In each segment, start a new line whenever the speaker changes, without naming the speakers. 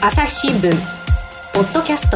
朝日新聞ポッドキャスト。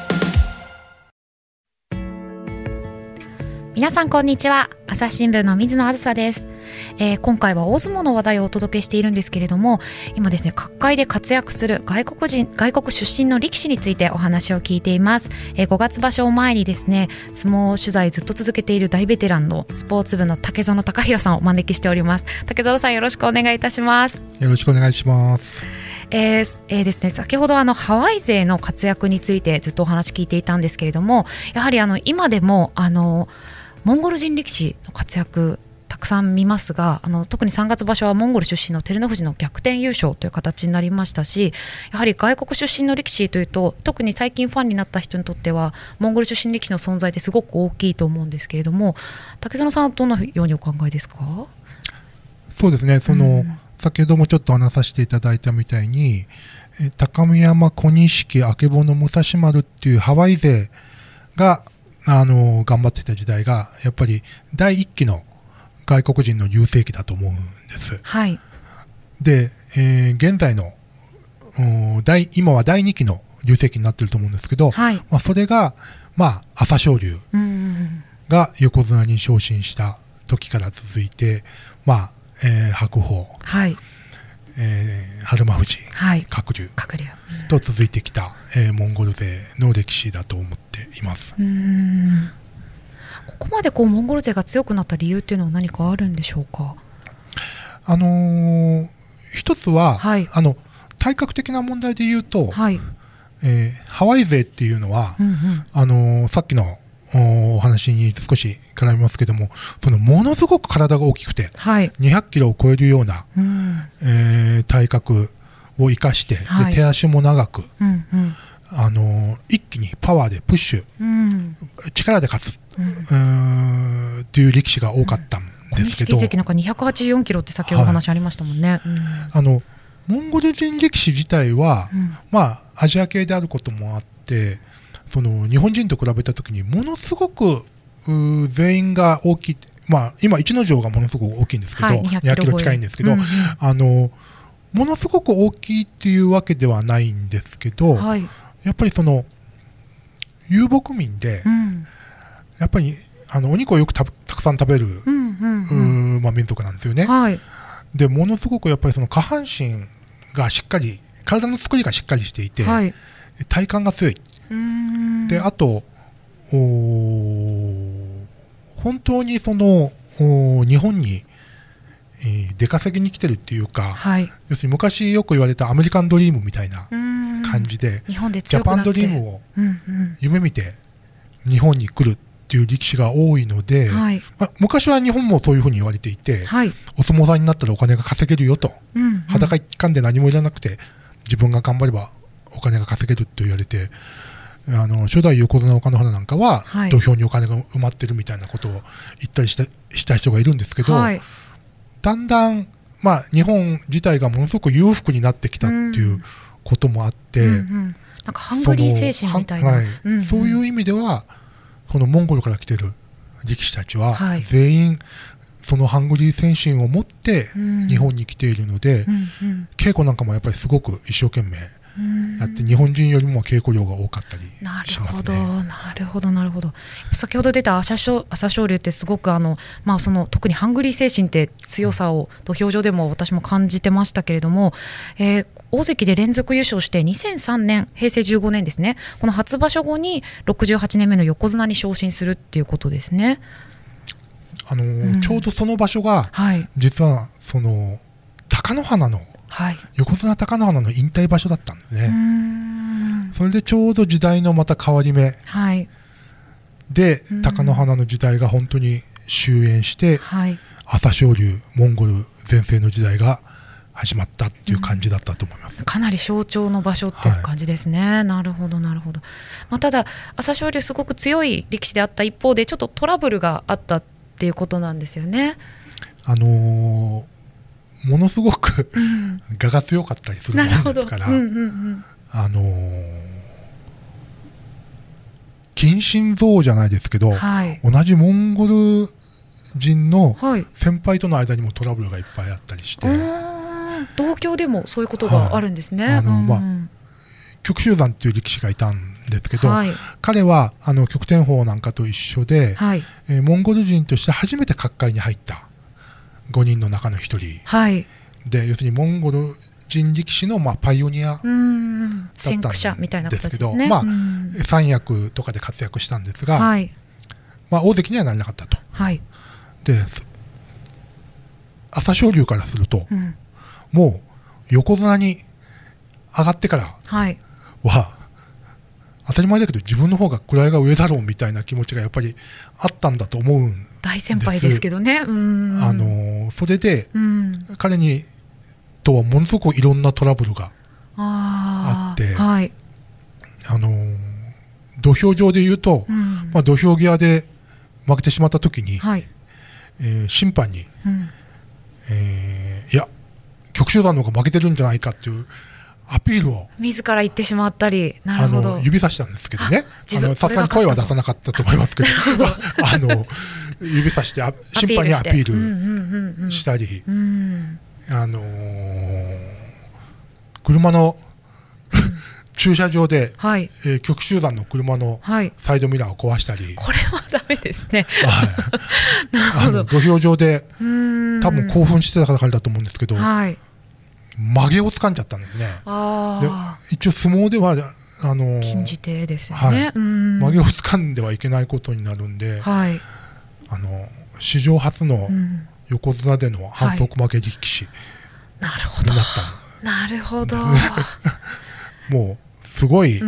皆さんこんにちは。朝日新聞の水野あずさです。今回は大相撲の話題をお届けしているんですけれども、今ですね、各界で活躍する外国出身の力士についてお話を聞いています。5月場所を前にですね、相撲取材ずっと続けている大ベテランのスポーツ部の竹園隆弘さんをお招きしております。竹園さん、よろしくお願いいたします。
よろしくお願いします。
ですね、先ほどハワイ勢の活躍についてずっとお話聞いていたんですけれども、やはり今でもモンゴル人力士の活躍たくさん見ますが、特に3月場所はモンゴル出身の照ノ富士の逆転優勝という形になりましたし、やはり外国出身の力士というと、特に最近ファンになった人にとってはモンゴル出身力士の存在ってすごく大きいと思うんですけれども、竹園さんはどのようにお考えですか？
そうですね、先ほどもちょっと話させていただいたみたいに、高見山、小錦、あけぼの、武蔵丸っていうハワイ勢が頑張ってた時代がやっぱり第一期の外国人の優勢期だと思うんです。
はい、
で、現在の今は第二期の優勢期になってると思うんですけど、
はい、
それが、朝青龍が横綱に昇進した時から続いて、白鵬、
はい、
日馬富士、
はい、
鶴竜
と
続いてきた、モンゴル勢の歴史だと思っています。
ここまでモンゴル勢が強くなった理由っていうのは何かあるんでしょうか？
一つは、
はい、
体格的な問題で言うと、
はい、
ハワイ勢っていうのは、さっきのお話に少し絡みますけども、ものすごく体が大きくて、
はい、
200キロを超えるような、体格を生かして、
はい、
で手足も長く、一気にパワーでプッシュ、力で勝つ、っていう力士が多かったんですけど、
小錦関なんか284キロって先ほどお話ありましたもんね。
モンゴル人力士自体は、アジア系であることもあって、日本人と比べたときにものすごく全員が大きい、今逸ノ城がものすごく大きいんですけど、200キロ近いんですけど、ものすごく大きいっていうわけではないんですけど、
はい、
やっぱり遊牧民で、やっぱりお肉をよくたくさん食べる、民族なんですよね。
はい、
でものすごくやっぱり下半身がしっかり、体の作りがしっかりしていて、
はい、
体幹が強い。であと本当に日本に、出稼ぎに来てるっていうか、
はい、
要するに昔よく言われたアメリカンドリームみたいな感じで、
日本で
ジャパンドリームを夢見て日本に来るっていう力士が多いので、はい、昔は日本もそういうふうに言われていて、はい、お相撲さんになったらお金が稼げるよと、裸一貫で何もいらなくて自分が頑張ればお金が稼げると言われて、初代横綱岡ノ花なんかは、はい、土俵にお金が埋まってるみたいなことを言ったりした人がいるんですけど、はい、だんだん、日本自体がものすごく裕福になってきたっていうこともあって、
なんかハングリー精神みたいな、
そういう意味ではこのモンゴルから来てる力士たちは、はい、全員そのハングリー精神を持って日本に来ているので、稽古なんかもやっぱりすごく一生懸命やって、日本人よりも稽古量が多かったりしますね。
なるほど。先ほど出た朝青龍ってすごく特にハングリー精神って強さを土俵上でも私も感じてましたけれども、大関で連続優勝して2003年平成15年ですね、この初場所後に68年目の横綱に昇進するっていうことですね。
ちょうどその場所が、
はい、
実は貴乃花の、はい、横綱貴乃花の引退場所だったんですね。それでちょうど時代のまた変わり目、はい、で貴乃花の時代が本当に終焉して、はい、朝青龍モンゴル全盛の時代が始まったっていう感じだったと思います。
かなり象徴の場所っていう感じですね。はい、なるほど。ただ朝青龍すごく強い力士であった一方で、ちょっとトラブルがあったっていうことなんですよね。
ものすごく我が強かったりするものですから、近親憎悪じゃないですけど、はい、同じモンゴル人の先輩との間にもトラブルがいっぱいあったりして、
同郷でもそういうことがあるんですね。
極秀山っていう力士がいたんですけど、彼は極天鵬なんかと一緒で、モンゴル人として初めて角界に入った5人の中の1人、で要するにモンゴル人力士のパイオニアだったんですけど、三役とかで活躍したんですが、大関にはなれなかったと。で朝青龍からすると、もう横綱に上がってからは、当たり前だけど自分の方が位が上だろうみたいな気持ちがやっぱりあったんだと思うんです。
大先輩ですけどね。
それで、彼にとはものすごくいろんなトラブルがあって、土俵上でいうと、土俵際で負けてしまった時に、審判に、いや極秀山の方が負けてるんじゃないかっていうアピールを
自ら言ってしまったり、なるほど、
指さしたんですけどね、さすがに声は出さなかったと思いますけど指さして審判にアピールしたり、車の駐車場で、極秀山の車のサイドミラーを壊したり、
これはダメですね。
土俵上で多分興奮してたからだと思うんですけど、曲げを掴んじゃったんですね。で一応相撲では
禁じ手ですよね。
曲げを掴んではいけないことになるんで、史上初の横綱での反則負け力士になった。
なるほど。
もうすごい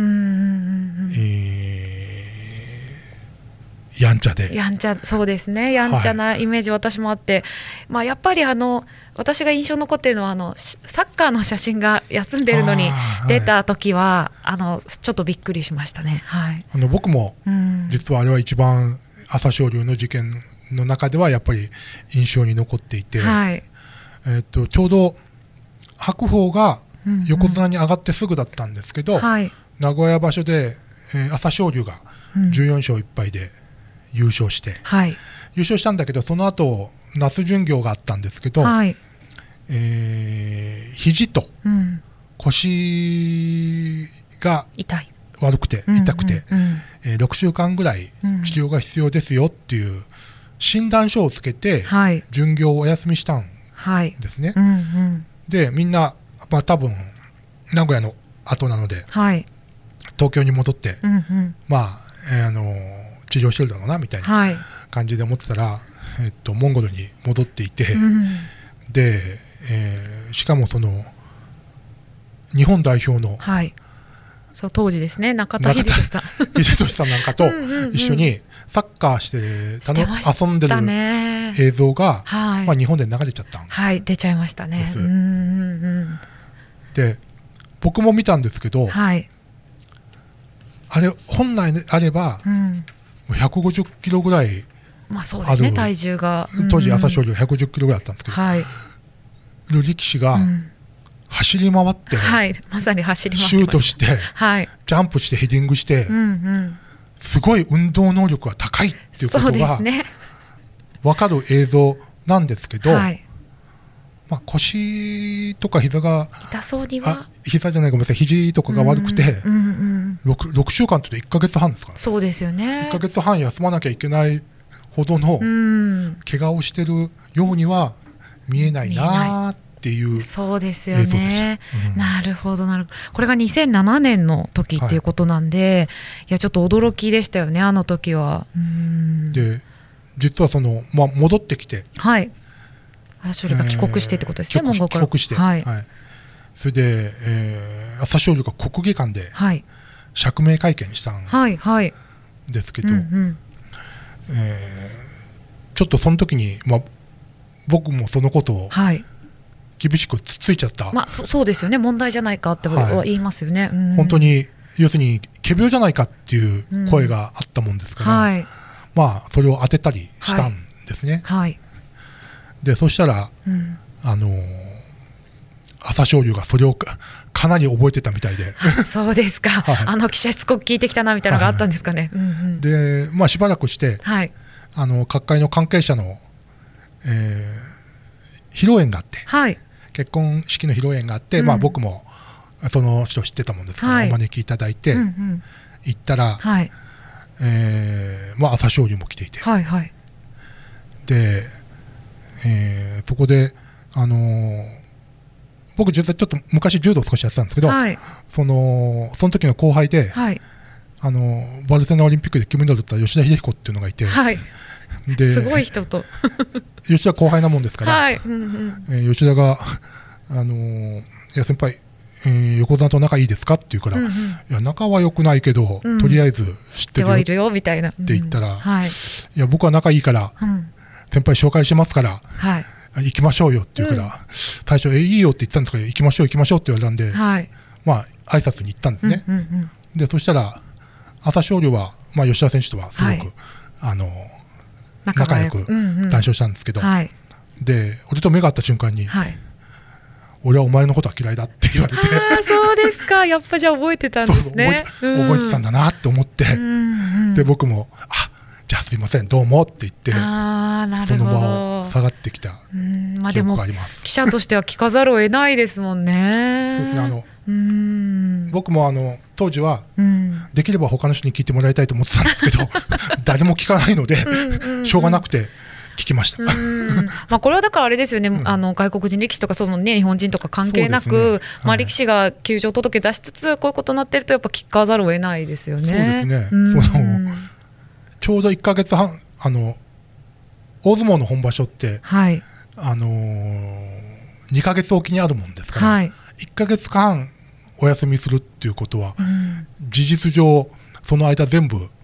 やんちゃで、
そうですね、やんちゃなイメージ私もあって、やっぱり私が印象に残っているのはサッカーの写真が休んでるのに出た時は、ちょっとびっくりしましたね。
僕も実はあれは一番朝青龍の事件の中ではやっぱり印象に残っていて、ちょうど白鵬が横綱に上がってすぐだったんですけど、名古屋場所で、朝青龍が14勝1敗で優勝して、優勝したんだけど、その後那須巡業があったんですけど、肘と腰が悪くて痛くて、6週間ぐらい治療が必要ですよっていう診断書をつけて巡業をお休みしたんですね。でみんな多分名古屋の後なので、東京に戻って、治療してるだろうなみたいな感じで思ってたら、モンゴルに戻っていて、で、しかもその日本代表の、
そう当時ですね、中田英寿さ
んなんかと一緒にサッカーして遊んでる映像が、日本で流れちゃったん
出ちゃいましたね。
で僕も見たんですけど、あれ本来であれば、150キロぐらい
そうですね、体重が
当時朝青龍110キロぐらいだったんですけど、力士が走り回って、
まさに走り回って
シュートして、ジャンプしてヘディングして、すごい運動能力が高いっていうことが分かる映像なんですけど、腰とか膝が
痛そうには、
膝じゃないごめんなさい、肘とかが悪くて、6週間というと1ヶ月半ですから、
そうですよね、
1ヶ月半休まなきゃいけないほどの怪我をしてるようには見えないなっていう映像でした。
そうですよね、なるほどなるほど。これが2007年の時っていうことなんで、いやちょっと驚きでしたよね、あの時は。
で実はその、戻ってきて、
朝青龍が帰国してってことですね、モンゴルから。
帰国して、それで、朝青龍が国技館で釈明会見したんですけど、ちょっとその時に、僕もそのことを厳しくつついちゃった、
そうですよね、問題じゃないかって言いますよね。
本当に要するに仮病じゃないかっていう声があったもんですから、それを当てたりしたんですね。でそしたら、朝青龍がそれをかなり覚えてたみたいで
そうですか、記者しつこく聞いてきたなみたいなのがあったんですかね。
で、しばらくして、各界の関係者の、披露宴があって、結婚式の披露宴があって、僕もその人知ってたもんですから、お招きいただいて、行ったら、朝青龍も来ていて、で、そこで、僕実はちょっと昔柔道少しやってたんですけど、その時の後輩で、バルセロナオリンピックで金メダル取った吉田秀彦っていうのがいて、
ですごい人と
吉田後輩なもんですから、吉田が、いや先輩、横綱と仲いいですかって言うから、いや仲は良くないけど、とりあえず知ってるよって言ったら、いや僕は仲いいから、先輩紹介しますから、行きましょうよって言うから、最初いいよって言ったんですけど、行きましょうって言われたんで、挨拶に行ったんですね。でそしたら朝青龍は、吉田選手とはすごく、仲良く談笑したんですけど、で俺と目が合った瞬間に、俺はお前のことは嫌いだって言われて、
そうですか、やっぱじゃあ覚えてたんですね。
覚えてたんだなって思って、で僕もじゃあすいませんどうもって言って、その場を下がってきた記憶があります。
記者としては聞かざるを得ないですもんね。
そうですね、僕も当時は、できれば他の人に聞いてもらいたいと思ってたんですけど誰も聞かないのでしょうがなくて聞きました。
これはだからあれですよね、外国人力士とか日本人とか関係なく、力士が休場届出しつつこういうことになってるとやっぱ聞かざるを得ないですよね。
そうですね、ちょうど1ヶ月半大相撲の本場所って、2ヶ月おきにあるもんですから、1ヶ月間お休みするっていうことは、事実上その間全部、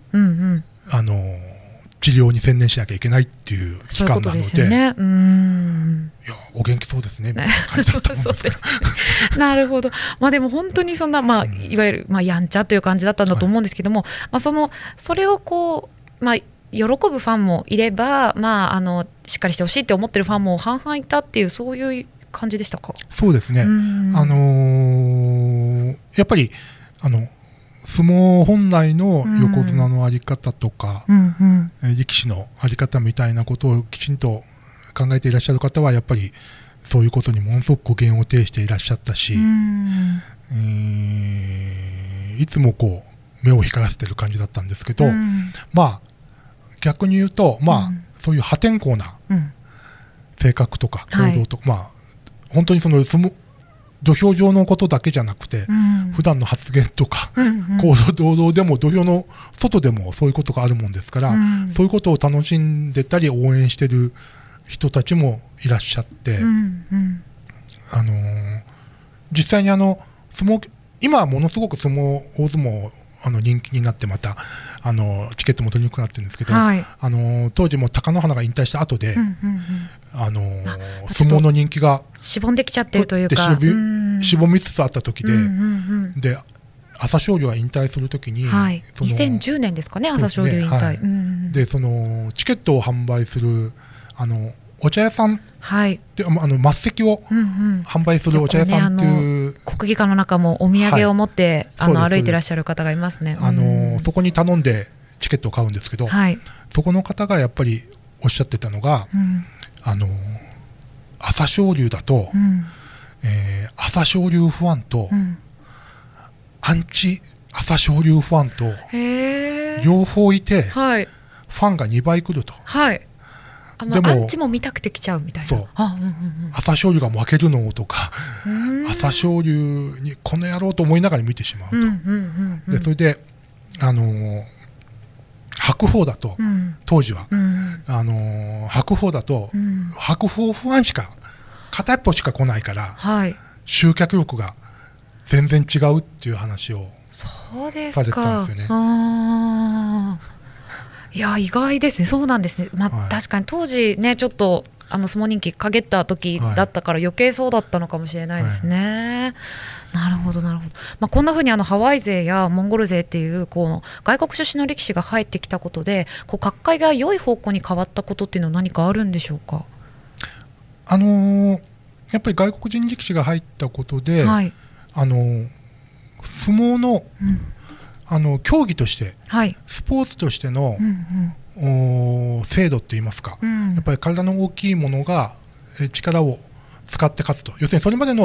治療に専念しなきゃいけないっていう期間なので、いやお元気そうですねみたいな感じだったもんですから
なるほど、でも本当にそんな、いわゆる、やんちゃという感じだったんだと思うんですけども、それをこう、喜ぶファンもいれば、しっかりしてほしいって思ってるファンも半々いたっていう、そういう感じでしたか？
そうですね、やっぱり相撲本来の横綱の在り方とか、力士の在り方みたいなことをきちんと考えていらっしゃる方はやっぱりそういうことにものすごく語源を呈していらっしゃったし、いつもこう目を光らせてる感じだったんですけど、逆に言うと、そういう破天荒な性格とか行動とか、本当にその土俵上のことだけじゃなくて、普段の発言とか、行動堂々でも土俵の外でもそういうことがあるもんですから、そういうことを楽しんでたり応援してる人たちもいらっしゃって、実際に今はものすごく大相撲人気になって、またチケットも取りにくくなってるんですけど、当時も貴乃花が引退した後で、相撲の人気が
しぼんできちゃってるというか、
しぼみつつあった時で、で朝青龍が引退する時に、
2010年ですかね、朝青龍引退、
でそのチケットを販売するお茶屋さんで、末席を販売するお茶屋さんっていう、
国技館の中もお土産を持って、歩いてらっしゃる方がいますね。
そこに頼んでチケットを買うんですけど、そこの方がやっぱりおっしゃってたのが、朝青龍だと、朝青龍ファンと、アンチ朝青龍ファンと両方いて、ファンが2倍来ると。
でもアンチも見たくて来ちゃうみたいな。
朝青龍が負けるのとか、朝青龍にこの野郎と思いながら見てしまうと。でそれで白鵬だと、当時は、白鵬だと、白鵬ファンしか片一方しか来ないから、集客力が全然違うっていう話をされてたんですよね。
いや意外ですね。そうなんですね。確かに当時ね、ちょっと相撲人気陰った時だったから余計そうだったのかもしれないですね。なるほどなるほど。こんな風にハワイ勢やモンゴル勢っていう外国出身の力士が入ってきたことで、角界が良い方向に変わったことっていうのは何かあるんでしょうか？
やっぱり外国人力士が入ったことで、相撲の、競技として、スポーツとしての、精度って言いますか、やっぱり体の大きいものが力を使って勝つと、要するにそれまでの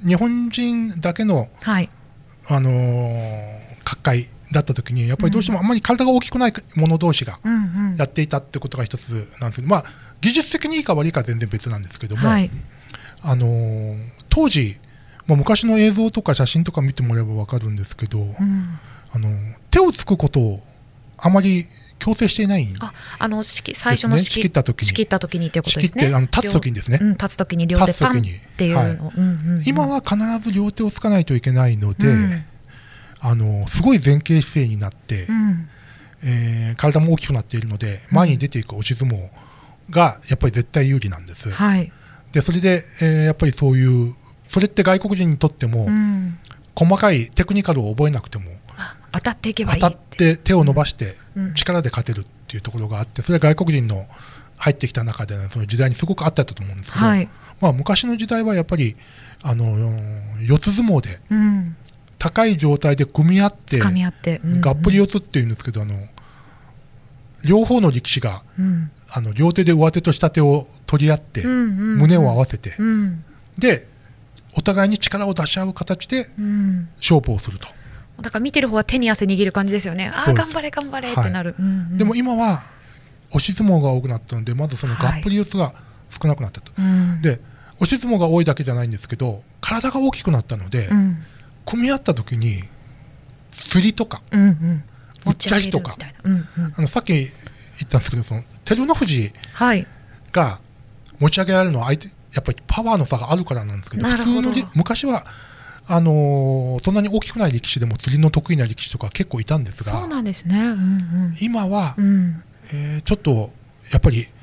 日本人だけの、
はい、
角界だった時にやっぱりどうしてもあんまり体が大きくない者同士がやっていたってことが一つなんですけど、まあ、技術的にいいか悪いかは全然別なんですけども、はい、当時、まあ、昔の映像とか写真とか見てもらえば分かるんですけど、手をつくことをあまり強制していないんですね。
最初の仕切った時にということですね。
立つ時にですね、
立つ時に両手パンっていうの、
今は必ず両手をつかないといけないので、すごい前傾姿勢になって、体も大きくなっているので前に出ていく押し相撲がやっぱり絶対有利なんです、はい、でそれで、やっぱりそういうそれって外国人にとっても、細かいテクニカルを覚えなくても
当たっていけばいい、
当たって手を伸ばして力で勝てるっていうところがあって、それは外国人の入ってきた中でのその時代にすごくあったと思うんですけど、はい、まあ、昔の時代はやっぱり四つ相撲で、高い状態で組み合ってがっぷり四つっていうんですけど、両方の力士が、両手で上手と下手を取り合って、胸を合わせて、でお互いに力を出し合う形で勝負をすると。
だから見てる方は手に汗握る感じですよね。ああ頑張れ頑張れってなる、
はい、でも今は押し相撲が多くなったので、まずそのがっぷり四つが少なくなったと、で押し相撲が多いだけじゃないんですけど、体が大きくなったので、組み合った時に釣りとか、うっちゃりとか、さっき言ったんですけど、その照ノ富士が持ち上げられるのは相手やっぱりパワーの差があるからなんですけど、普通の昔はそんなに大きくない力士でも釣りの得意な力士とか結構いたんですが、
そうなんですね、
今は、ちょっとやっぱり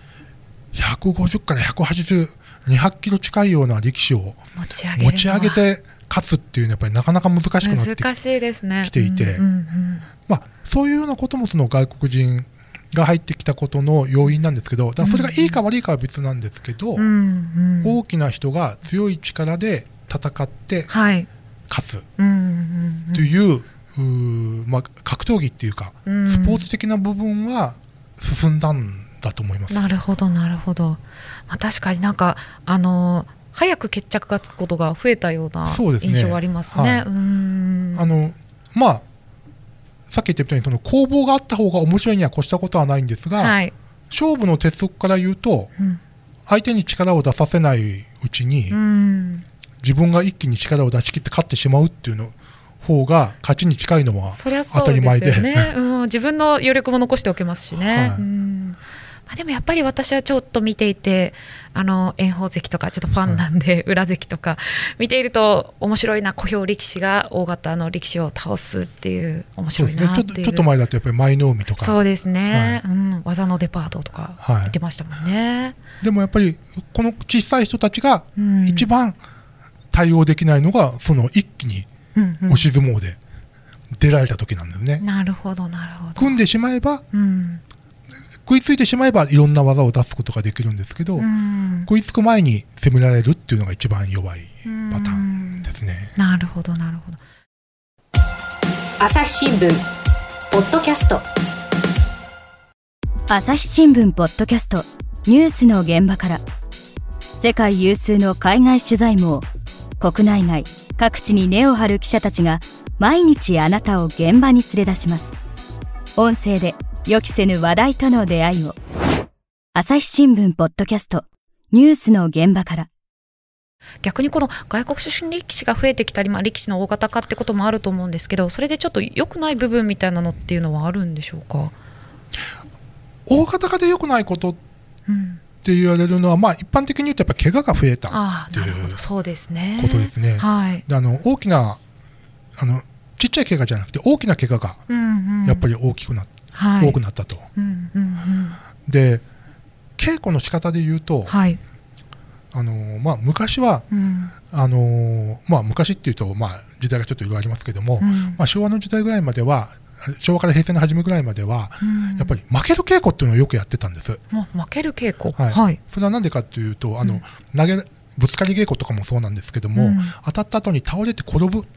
150から180、200キロ近いような力士を持ち上げて勝つっていうのはやっぱりなかなか難しくなってきていて、まあ、そういうようなこともその外国人が入ってきたことの要因なんですけど、だからそれがいいか悪いかは別なんですけど、大きな人が強い力で戦って勝つという、まあ、格闘技っていうか、スポーツ的な部分は進んだんだと思います。
なるほどなるほど、まあ、確かになんか早く決着がつくことが増えたような印象はありますね。
まあさっき言ったようにその攻防があった方が面白いには越したことはないんですが、はい、勝負の鉄則から言うと、相手に力を出させないうちに、自分が一気に力を出し切って勝ってしまうっていうの方が勝ちに近いのは当たり前で、
自分の余力も残しておけますしね。でもやっぱり私はちょっと見ていて、炎鵬関とかちょっとファンなんで、裏関とか見ていると面白いな、小兵力士が大型の力士を倒すっていう面白いなっていう。
ちょっと前だとやっぱり舞の海とか、
そうですね、技のデパートとか言ってましたもんね。
でもやっぱりこの小さい人たちが一番対応できないのが、その一気に押し相撲で出られた時なんですね。
なるほどなるほど。
組んでしまえば、食いついてしまえばいろんな技を出すことができるんですけど、食いつく前に攻められるっていうのが一番弱いパターンですね。
なるほどなるほど。
朝日新聞ポッドキャスト、
朝日新聞ポッドキャスト、ニュースの現場から、世界有数の海外取材網、国内外各地に根を張る記者たちが毎日あなたを現場に連れ出します。音声で予期せぬ話題との出会いを。朝日新聞ポッドキャスト、ニュースの現場から。
逆にこの外国出身力士が増えてきたり、力士の大型化ってこともあると思うんですけど、それでちょっと良くない部分みたいなのっていうのはあるんでしょうか。
大型化で良くないことって言われるのは、一般的に言うとやっぱ怪我が増えたっていうことですね。で大きなちっちゃい怪我じゃなくて大きな怪我がやっぱり多くなったと。で稽古の仕方で言うと、昔は、昔っていうと、時代がちょっといろいろありますけども、昭和の時代ぐらいまでは、昭和から平成の初めぐらいまでは、やっぱり負ける稽古っていうのをよくやってたんです。
負ける稽古、
それは何でかというと、ぶつかり稽古とかもそうなんですけども、当たった後に倒れて転ぶ、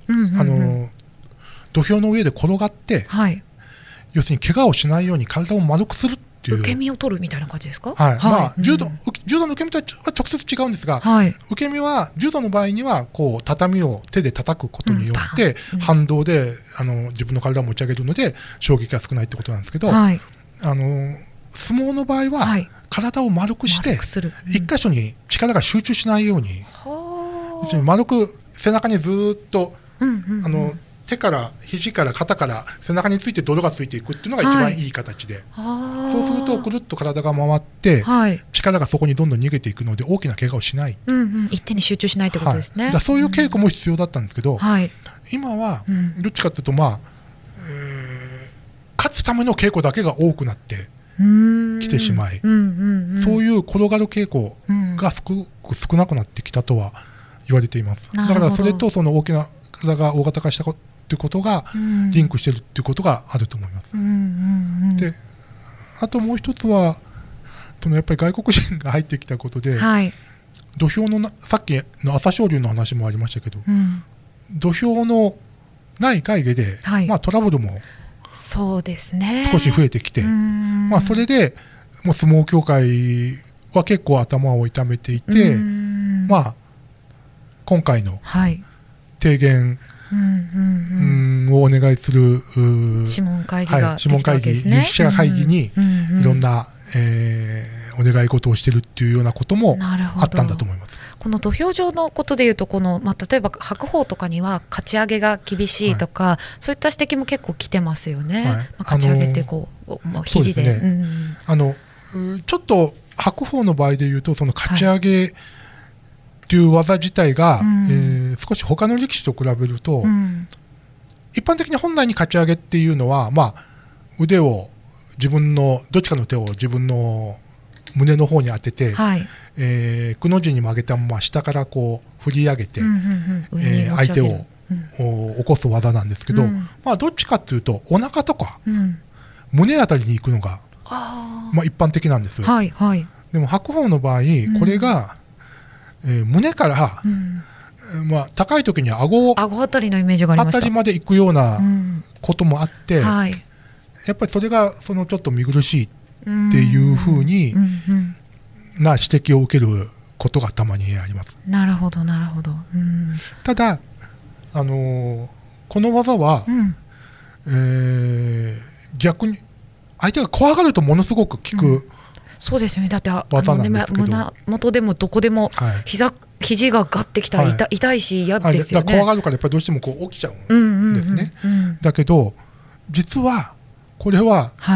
土俵の上で転がって、要するに怪我をしないように体を丸くするっっていう、
受け身を取るみたいな感じですか？
はい、まあ、柔道の受け身とは直接違うんですが、はい、受け身は柔道の場合にはこう畳を手で叩くことによって、反動で自分の体を持ち上げるので衝撃が少ないってことなんですけど、はい、相撲の場合は、はい、体を丸くして一箇所に力が集中しないように、丸く背中にずっと、手から肘から肩から背中について泥がついていくっていうのが一番いい形で、はい、そうするとくるっと体が回って、はい、力がそこにどんどん逃げていくので大きな怪我をしない、
一点に集中しないってことですね、
はい、そういう稽古も必要だったんですけど、はい、今はどっちかというと、まあ勝つための稽古だけが多くなってきてしまい、そういう転がる稽古が少なくなってきたとは言われています。だからそれとその大きな体が大型化したということがリンクしているということがあると思います。で、あともう一つはやっぱり外国人が入ってきたことで、はい、土俵のさっきの朝青龍の話もありましたけど、土俵のない外下で、はい、まあ、トラブルも
そうですね、
少し増えてきて、まあ、それでもう相撲協会は結構頭を痛めていて、まあ、今回の提言をお願いする
諮問会議ができたわけですね。
有識者会議にいろんなお願い事をしているっていうようなこともあったんだと思います。
この土俵上のことでいうと例えば白鵬とかには勝ち上げが厳しいとか、はい、そういった指摘も結構来てますよね、はい、勝ち上げって肘で、
ちょっと白鵬の場合でいうとその勝ち上げっていう技自体が、少し他の力士と比べると、一般的に本来に勝ち上げっていうのは、まあ、腕をどっちかの手を自分の胸の方に当てて、はい、くの字に曲げたまま下からこう振り上げて、相手を、起こす技なんですけど、まあ、どっちかというとお腹とか、胸あたりに行くのが、まあ、一般的なんです、はいはい、でも白鵬の場合これが、胸から、まあ、高い時には顎
あたりのイメージがありました。
あたりまで行くようなこともあって、はい、やっぱりそれがちょっと見苦しいっていうふうにな指摘を受けることがたまにあります。
なるほどなるほど。
ただこの技は、逆に相手が怖がるとものすごく効く、
そうですよね。だって胸元でもどこでも肘がガッてきたら痛いし嫌ですよね。
だから怖がるからやっぱりどうしてもこう起きちゃうんですね。だけど実はこれは、はい、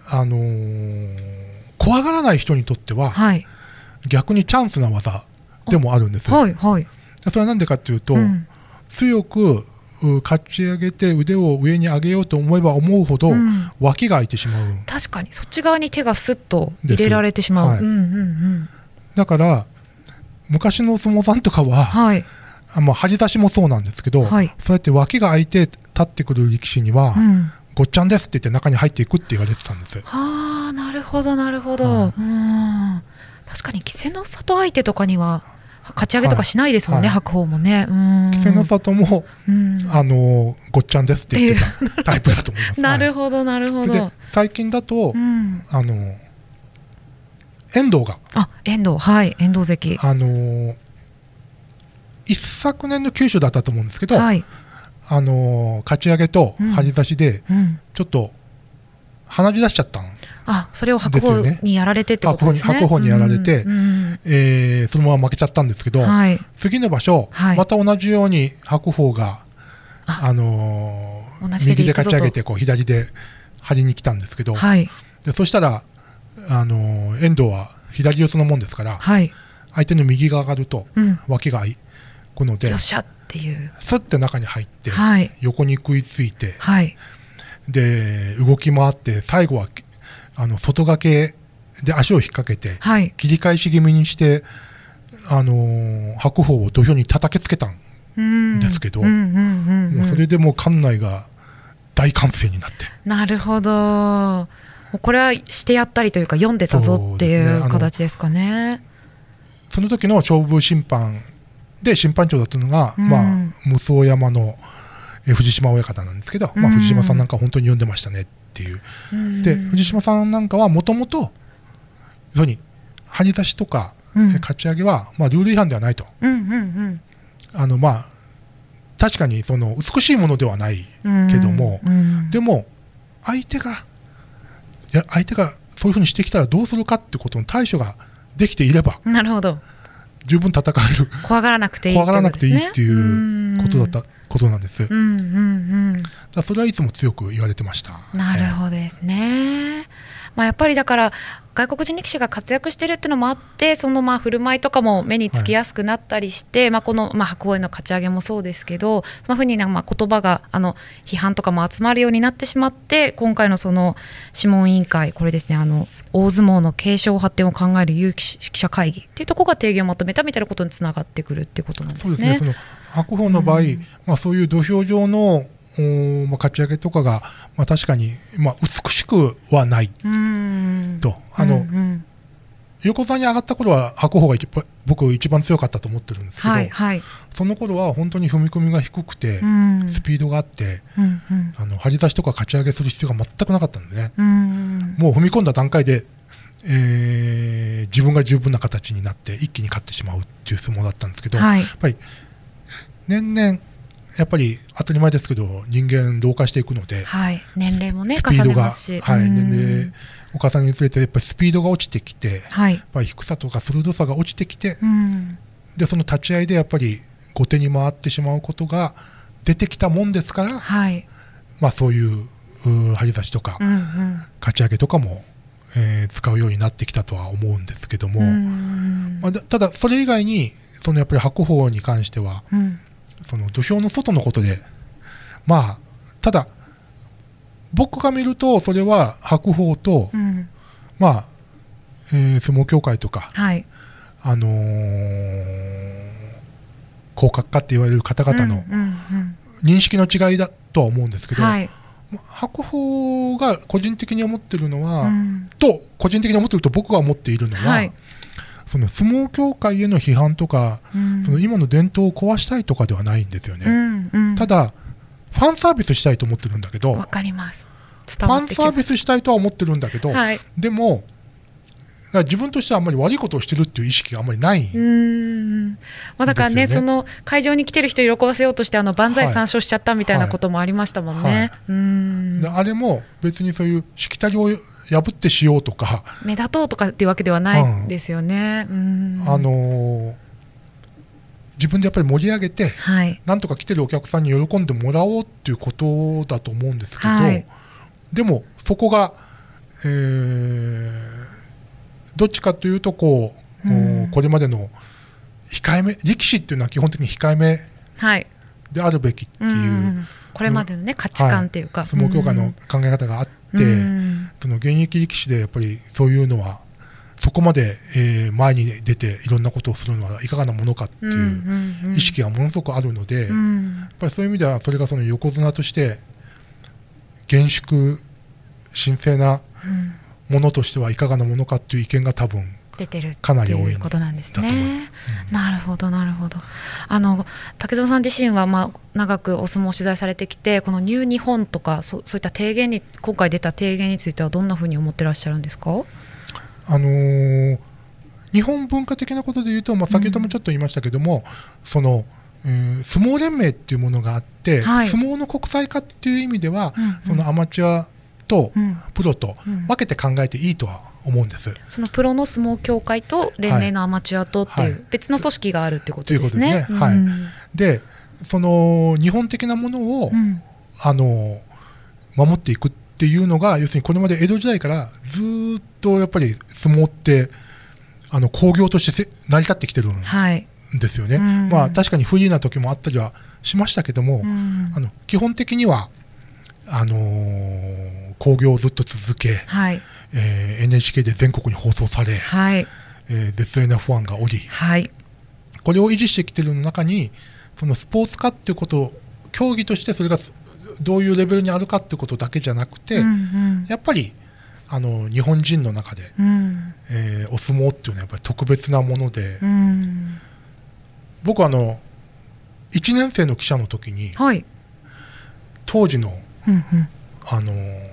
怖がらない人にとっては、はい、逆にチャンスな技でもあるんですよ。はいはい、それは何でかというと、強く勝ち上げて腕を上に上げようと思えば思うほど、脇が空いてしまう。
確かにそっち側に手がスッと入れられてしまう。
だから昔のお相撲さんとかは、はい、まあ、張り出しもそうなんですけど、はい、そうやって脇が空いて立ってくる力士には、ごっちゃんですって言って中に入っていくって言われてたんです。
はあ、なるほどなるほど。確かに稀勢の里相手とかには勝ち上げとかしないですもんね、白鵬もね。
稀勢の里も、ごっちゃんですって言ってたタイプだと思います。
なるほどなるほど。
で最近だと、遠藤が
遠藤関、
一昨年の九州だったと思うんですけど、はい、勝ち上げと張り出しで、ちょっと鼻血出しちゃったんですよね。
それを白鵬にやられてってことですね。
白鵬にやられて、そのまま負けちゃったんですけど、はい、次の場所、はい、また同じように白鵬が、右で勝ち上げてこう左で張りに来たんですけど、はい、でそしたら遠藤は左四つのもんですから、はい、相手の右が上がると、脇が開くので、
よっしゃっていう
スッて中に入って、はい、横に食いついて、はい、で動き回って最後は外掛けで足を引っ掛けて、はい、切り返し気味にして、白鵬を土俵に叩きつけたんですけど、もうそれでもう館内が大歓声になって。
なるほど。これはしてやったりというか読んでたぞっていう形ですかね。
その時の勝負審判で審判長だったのが、まあ、武双山の藤島親方なんですけど、まあ、藤島さんなんか本当に読んでましたねってっていう。で藤島さんなんかはもともと要するに張り出しとか、かち上げは、ルール違反ではないと、確かにその美しいものではないけども、でも相手がそういうふうにしてきたらどうするかってことの対処ができていれば、
なるほど、
十分戦える、
怖がらなくていい
っていうことなんです。だそれはいつも強く言われてました。
なるほどですね。やっぱりだから外国人力士が活躍してるっていうのもあって、その振る舞いとかも目につきやすくなったりして、この白鵬への勝ち上げもそうですけど、そのふうに言葉が批判とかも集まるようになってしまって、今回のその諮問委員会、これですね、大相撲の継承発展を考える有識者会議っていうところが提言をまとめたみたいなことにつながってくるっていうことなんですね。
そうですね。その白鵬の場合、そういう土俵上の勝ち上げとかが、確かに、美しくはないと。横綱に上がった頃は白鵬が僕一番強かったと思ってるんですけど、その頃は本当に踏み込みが低くて、スピードがあって、張り出しとか勝ち上げする必要が全くなかったんでね、もう踏み込んだ段階で、自分が十分な形になって一気に勝ってしまうっていう相撲だったんですけど、やっぱり年々やっぱり当たり前ですけど人間老化していくので、
年齢もね
スピードが、
年
齢を重ねにつれてやっぱりスピードが落ちてきて、やっぱり低さとか鋭さが落ちてきて、でその立ち合いでやっぱり後手に回ってしまうことが出てきたもんですから、そういう張り出しとか、かち上げとかも、使うようになってきたとは思うんですけども、ただそれ以外にそのやっぱり白鵬に関しては、その土俵の外のことで、ただ僕が見るとそれは白鵬と、相撲協会とか、広角化って言われる方々の認識の違いだとは思うんですけど、白鵬が個人的に思ってるのは、個人的に思ってると僕が思っているのは、その相撲協会への批判とか、その今の伝統を壊したいとかではないんですよね。ただファンサービスしたいと思ってるんだけど、
わかります。
ファンサービスしたいとは思ってるんだけど、でも自分としてはあんまり悪いことをしてるっていう意識があんまりないんですよね。
だからね、その会場に来てる人を喜ばせようとして万歳三唱しちゃったみたいなこともありましたもんね。
あれも別にそういうしきたりを破ってしようとか
目立とうとかっていうわけではないんですよね。
自分でやっぱり盛り上げて、なんとか来てるお客さんに喜んでもらおうっていうことだと思うんですけど、でもそこが、どっちかというとこれまでの控えめ力士っていうのは基本的に控えめであるべきっていう、
これまでの、価値観っていうか、
相撲協会の考え方があって、その現役力士でやっぱりそういうのはそこまで、前に出ていろんなことをするのはいかがなものかっていう意識がものすごくあるので、やっぱりそういう意味ではそれがその横綱として厳粛神聖なものとしてはいかがなものかっていう意見が多分
出てるって
かなり多い
いうことなんですね。
な
るほどなるほど。竹園さん自身は長くお相撲を取材されてきて、このニュー日本とかそういった提言に今回出た提言についてはどんなふうに思ってらっしゃるんですか？
日本文化的なことでいうと、先ほどもちょっと言いましたけども、その相撲連盟っていうものがあって、相撲の国際化っていう意味では、そのアマチュアとプロと分けて考えていいとは思うんです。
そのプロの相撲協会と連盟のアマチュアとっていう別の組織があるってことですね。
で、その日本的なものを、守っていくっていうのが、要するにこれまで江戸時代からずっとやっぱり相撲って興行として成り立ってきてるんですよね。確かに不利な時もあったりはしましたけども、基本的には興行をずっと続け、NHK で全国に放送され、絶大なファンがおり、これを維持してきている中に、そのスポーツ化っていうことを競技としてそれがどういうレベルにあるかっていうことだけじゃなくて、やっぱり日本人の中で、お相撲っていうのはやっぱり特別なもので、僕は1年生の記者の時に、当時の、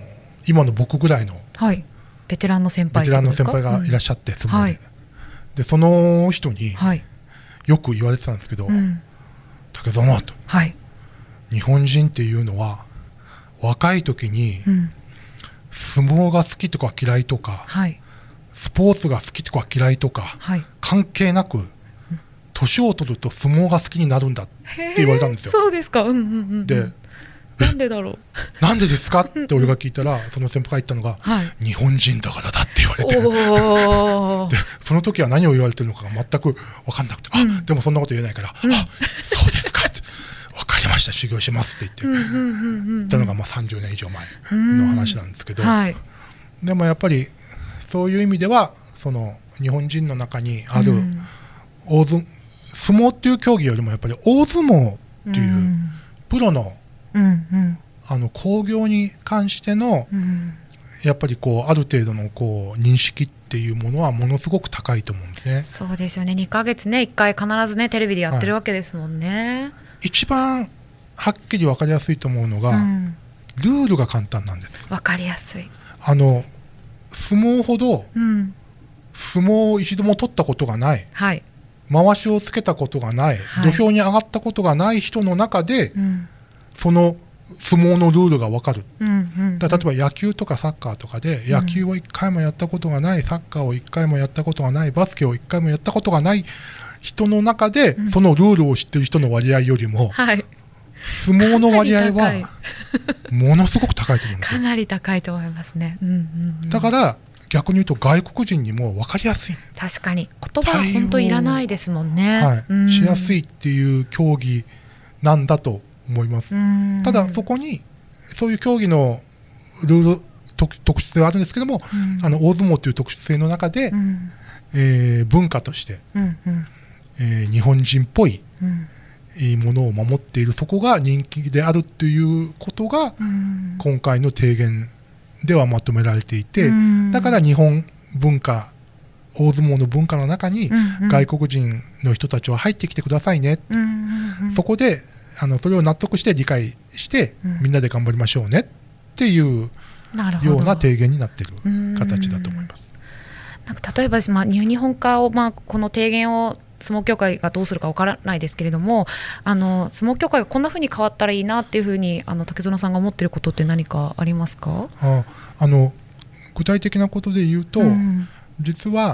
今の僕ぐらいの、
はい、ベテランの先輩
がいらっしゃって、はい、でその人によく言われてたんですけど、竹園と、はい、日本人っていうのは若い時に、相撲が好きとか嫌いとか、はい、スポーツが好きとか嫌いとか、はい、関係なく年を取ると相撲が好きになるんだって言われたんですよ。
そうですか、
で
なんでだろう
なんでですかって俺が聞いたら、その先輩が言ったのが、はい、日本人だからだって言われてでその時は何を言われてるのかが全く分かんなくて、でもそんなこと言えないから、そうですかって分かりました修行しますって言って言ったのが30年以上前の話なんですけど、はい、でもやっぱりそういう意味ではその日本人の中にある相撲っていう競技よりもやっぱり大相撲っていうプロの興行に関してのやっぱりある程度の認識っていうものはものすごく高いと思うんですね。
そうですよね。2ヶ月ね1回必ずねテレビでやってるわけですもんね、はい、
一番はっきり分かりやすいと思うのが、ルールが簡単なんです。
分かりやすい。
相撲ほど、相撲を一度も取ったことがない、はい、回しをつけたことがない、はい、土俵に上がったことがない人の中で、その相撲のルールが分かる、例えば野球とかサッカーとかで野球を1回もやったことがない、サッカーを1回もやったことがない、バスケを1回もやったことがない人の中で、そのルールを知っている人の割合よりも、はい、相撲の割合はものすごく高いと思うんですよ。
かなり高いと思いますね、
だから逆に言うと外国人にも分かりやすい。
確かに言葉は本当いらないですもんね、
はい、しやすいっていう競技なんだと思います。ただそこにそういう競技のルール特殊性はあるんですけども、大相撲という特殊性の中で、文化として、日本人っぽい、ものを守っている、そこが人気であるということが、今回の提言ではまとめられていて、だから日本文化、大相撲の文化の中に外国人の人たちは入ってきてくださいね、そこでそれを納得して理解してみんなで頑張りましょうねっていうような提言になっている形だと思います。
なんか例えば、日本化を、この提言を相撲協会がどうするかわからないですけれども、相撲協会がこんなふうに変わったらいいなっていうふうに竹園さんが思っていることって何かありますか？
具体的なことで言うと、実は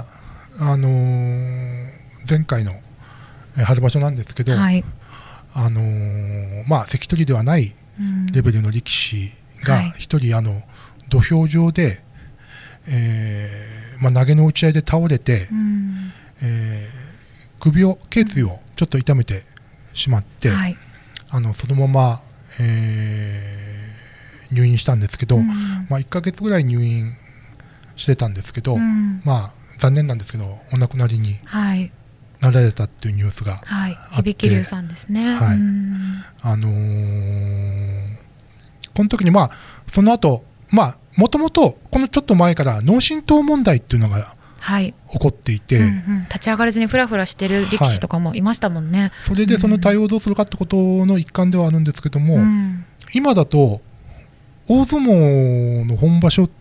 前回の春場所なんですけど、はい、関取ではないレベルの力士が一人、土俵上で、投げの打ち合いで倒れて、頸椎をちょっと痛めてしまって、はい、そのまま、入院したんですけど、1ヶ月ぐらい入院してたんですけど、残念なんですけどお亡くなりになられたっていうニュースがあって、
響龍さんですね、
はい、この時にその後もともとこのちょっと前から脳震盪問題っていうのが起こっていて、
立ち上がれずにフラフラしてる力士とかもいましたもんね、
それでその対応をどうするかってことの一環ではあるんですけども、今だと大相撲の本場所って、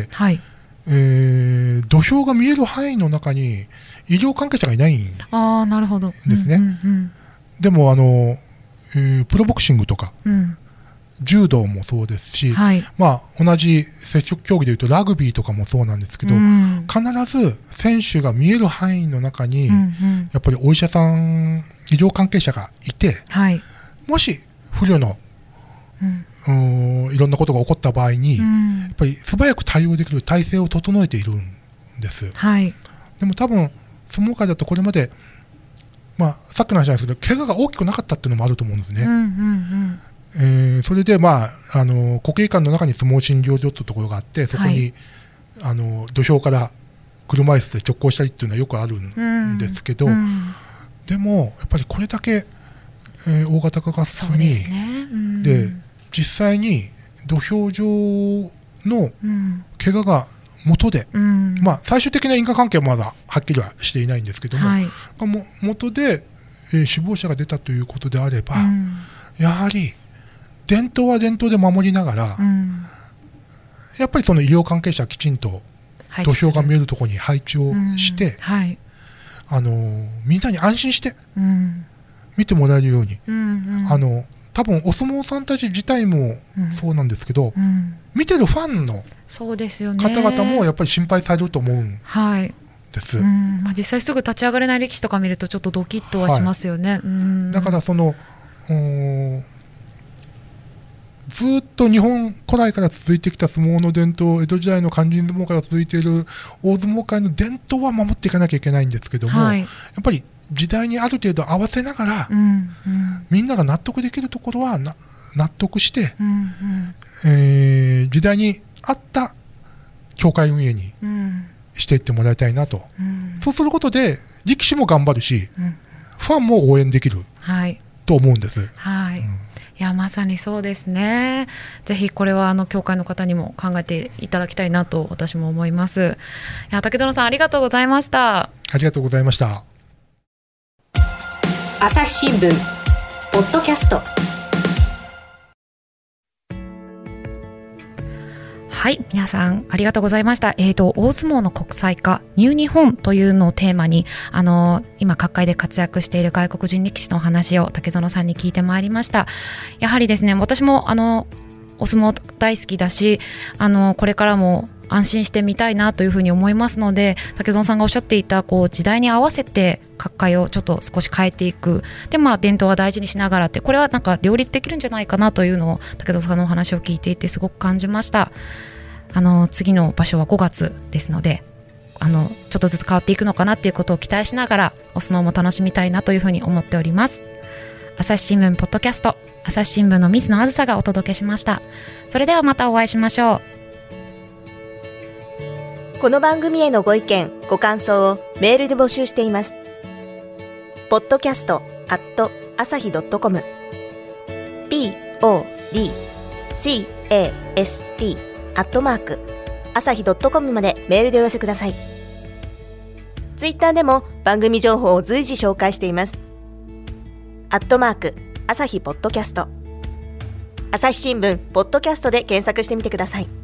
土俵が見える範囲の中に医療関係者がいないんですね。でもプロボクシングとか、柔道もそうですし、同じ接触競技でいうとラグビーとかもそうなんですけど、必ず選手が見える範囲の中に、やっぱりお医者さん医療関係者がいて、もし不慮のいろんなことが起こった場合に、やっぱり素早く対応できる体制を整えているんです、でも多分相撲界だとこれまで、さっきの話なんですけど怪我が大きくなかったっていうのもあると思うんですね、それで、国技館の中に相撲診療所というところがあって、そこに、土俵から車椅子で直行したりっていうのはよくあるんですけど、でもやっぱりこれだけ、大型化が進み、で実際に土俵上の怪我が元で、最終的な因果関係はまだはっきりはしていないんですけども、元で、死亡者が出たということであれば、やはり伝統は伝統で守りながら、 やっぱりその医療関係者きちんと土俵が見えるところに配置をして、はい、みんなに安心して見てもらえるように、多分お相撲さんたち自体もそうなんですけど、見てるファンの方々もやっぱり心配されると思うんです。
実際すぐ立ち上がれない力士とか見るとちょっとドキッとはしますよね。
だからそのずっと日本古来から続いてきた相撲の伝統、江戸時代の勧進相撲から続いている大相撲界の伝統は守っていかなきゃいけないんですけども、やっぱり時代にある程度合わせながら、みんなが納得できるところは納得して、時代に合った協会運営にしていってもらいたいなと、そうすることで力士も頑張るし、ファンも応援できる、と思うんです。
いやまさにそうですね。ぜひこれは協会の方にも考えていただきたいなと私も思います。いや竹園さんありがとうございました。
ありがとうございました。
朝日新聞ポッドキャスト。
はい、皆さんありがとうございました。大相撲の国際化ニュー日本というのをテーマに今各界で活躍している外国人力士のお話を竹園さんに聞いてまいりました。やはりですね、私もお相撲大好きだしこれからも安心してみたいなというふうに思いますので、竹園さんがおっしゃっていた時代に合わせて各界をちょっと少し変えていく、で伝統は大事にしながらって、これはなんか両立できるんじゃないかなというのを竹園さんのお話を聞いていてすごく感じました。次の場所は5月ですのでちょっとずつ変わっていくのかなっていうことを期待しながらお相撲も楽しみたいなというふうに思っております。朝日新聞ポッドキャスト、朝日新聞の水野あずさがお届けしました。それではまたお会いしましょ
う。この番組へのご意見ご感想をメールで募集しています。podcast@asahi.com podcast @asahi.com までメールでお寄せください。ツイッターでも番組情報を随時紹介しています。@朝日ポッドキャスト、朝日新聞ポッドキャストで検索してみてください。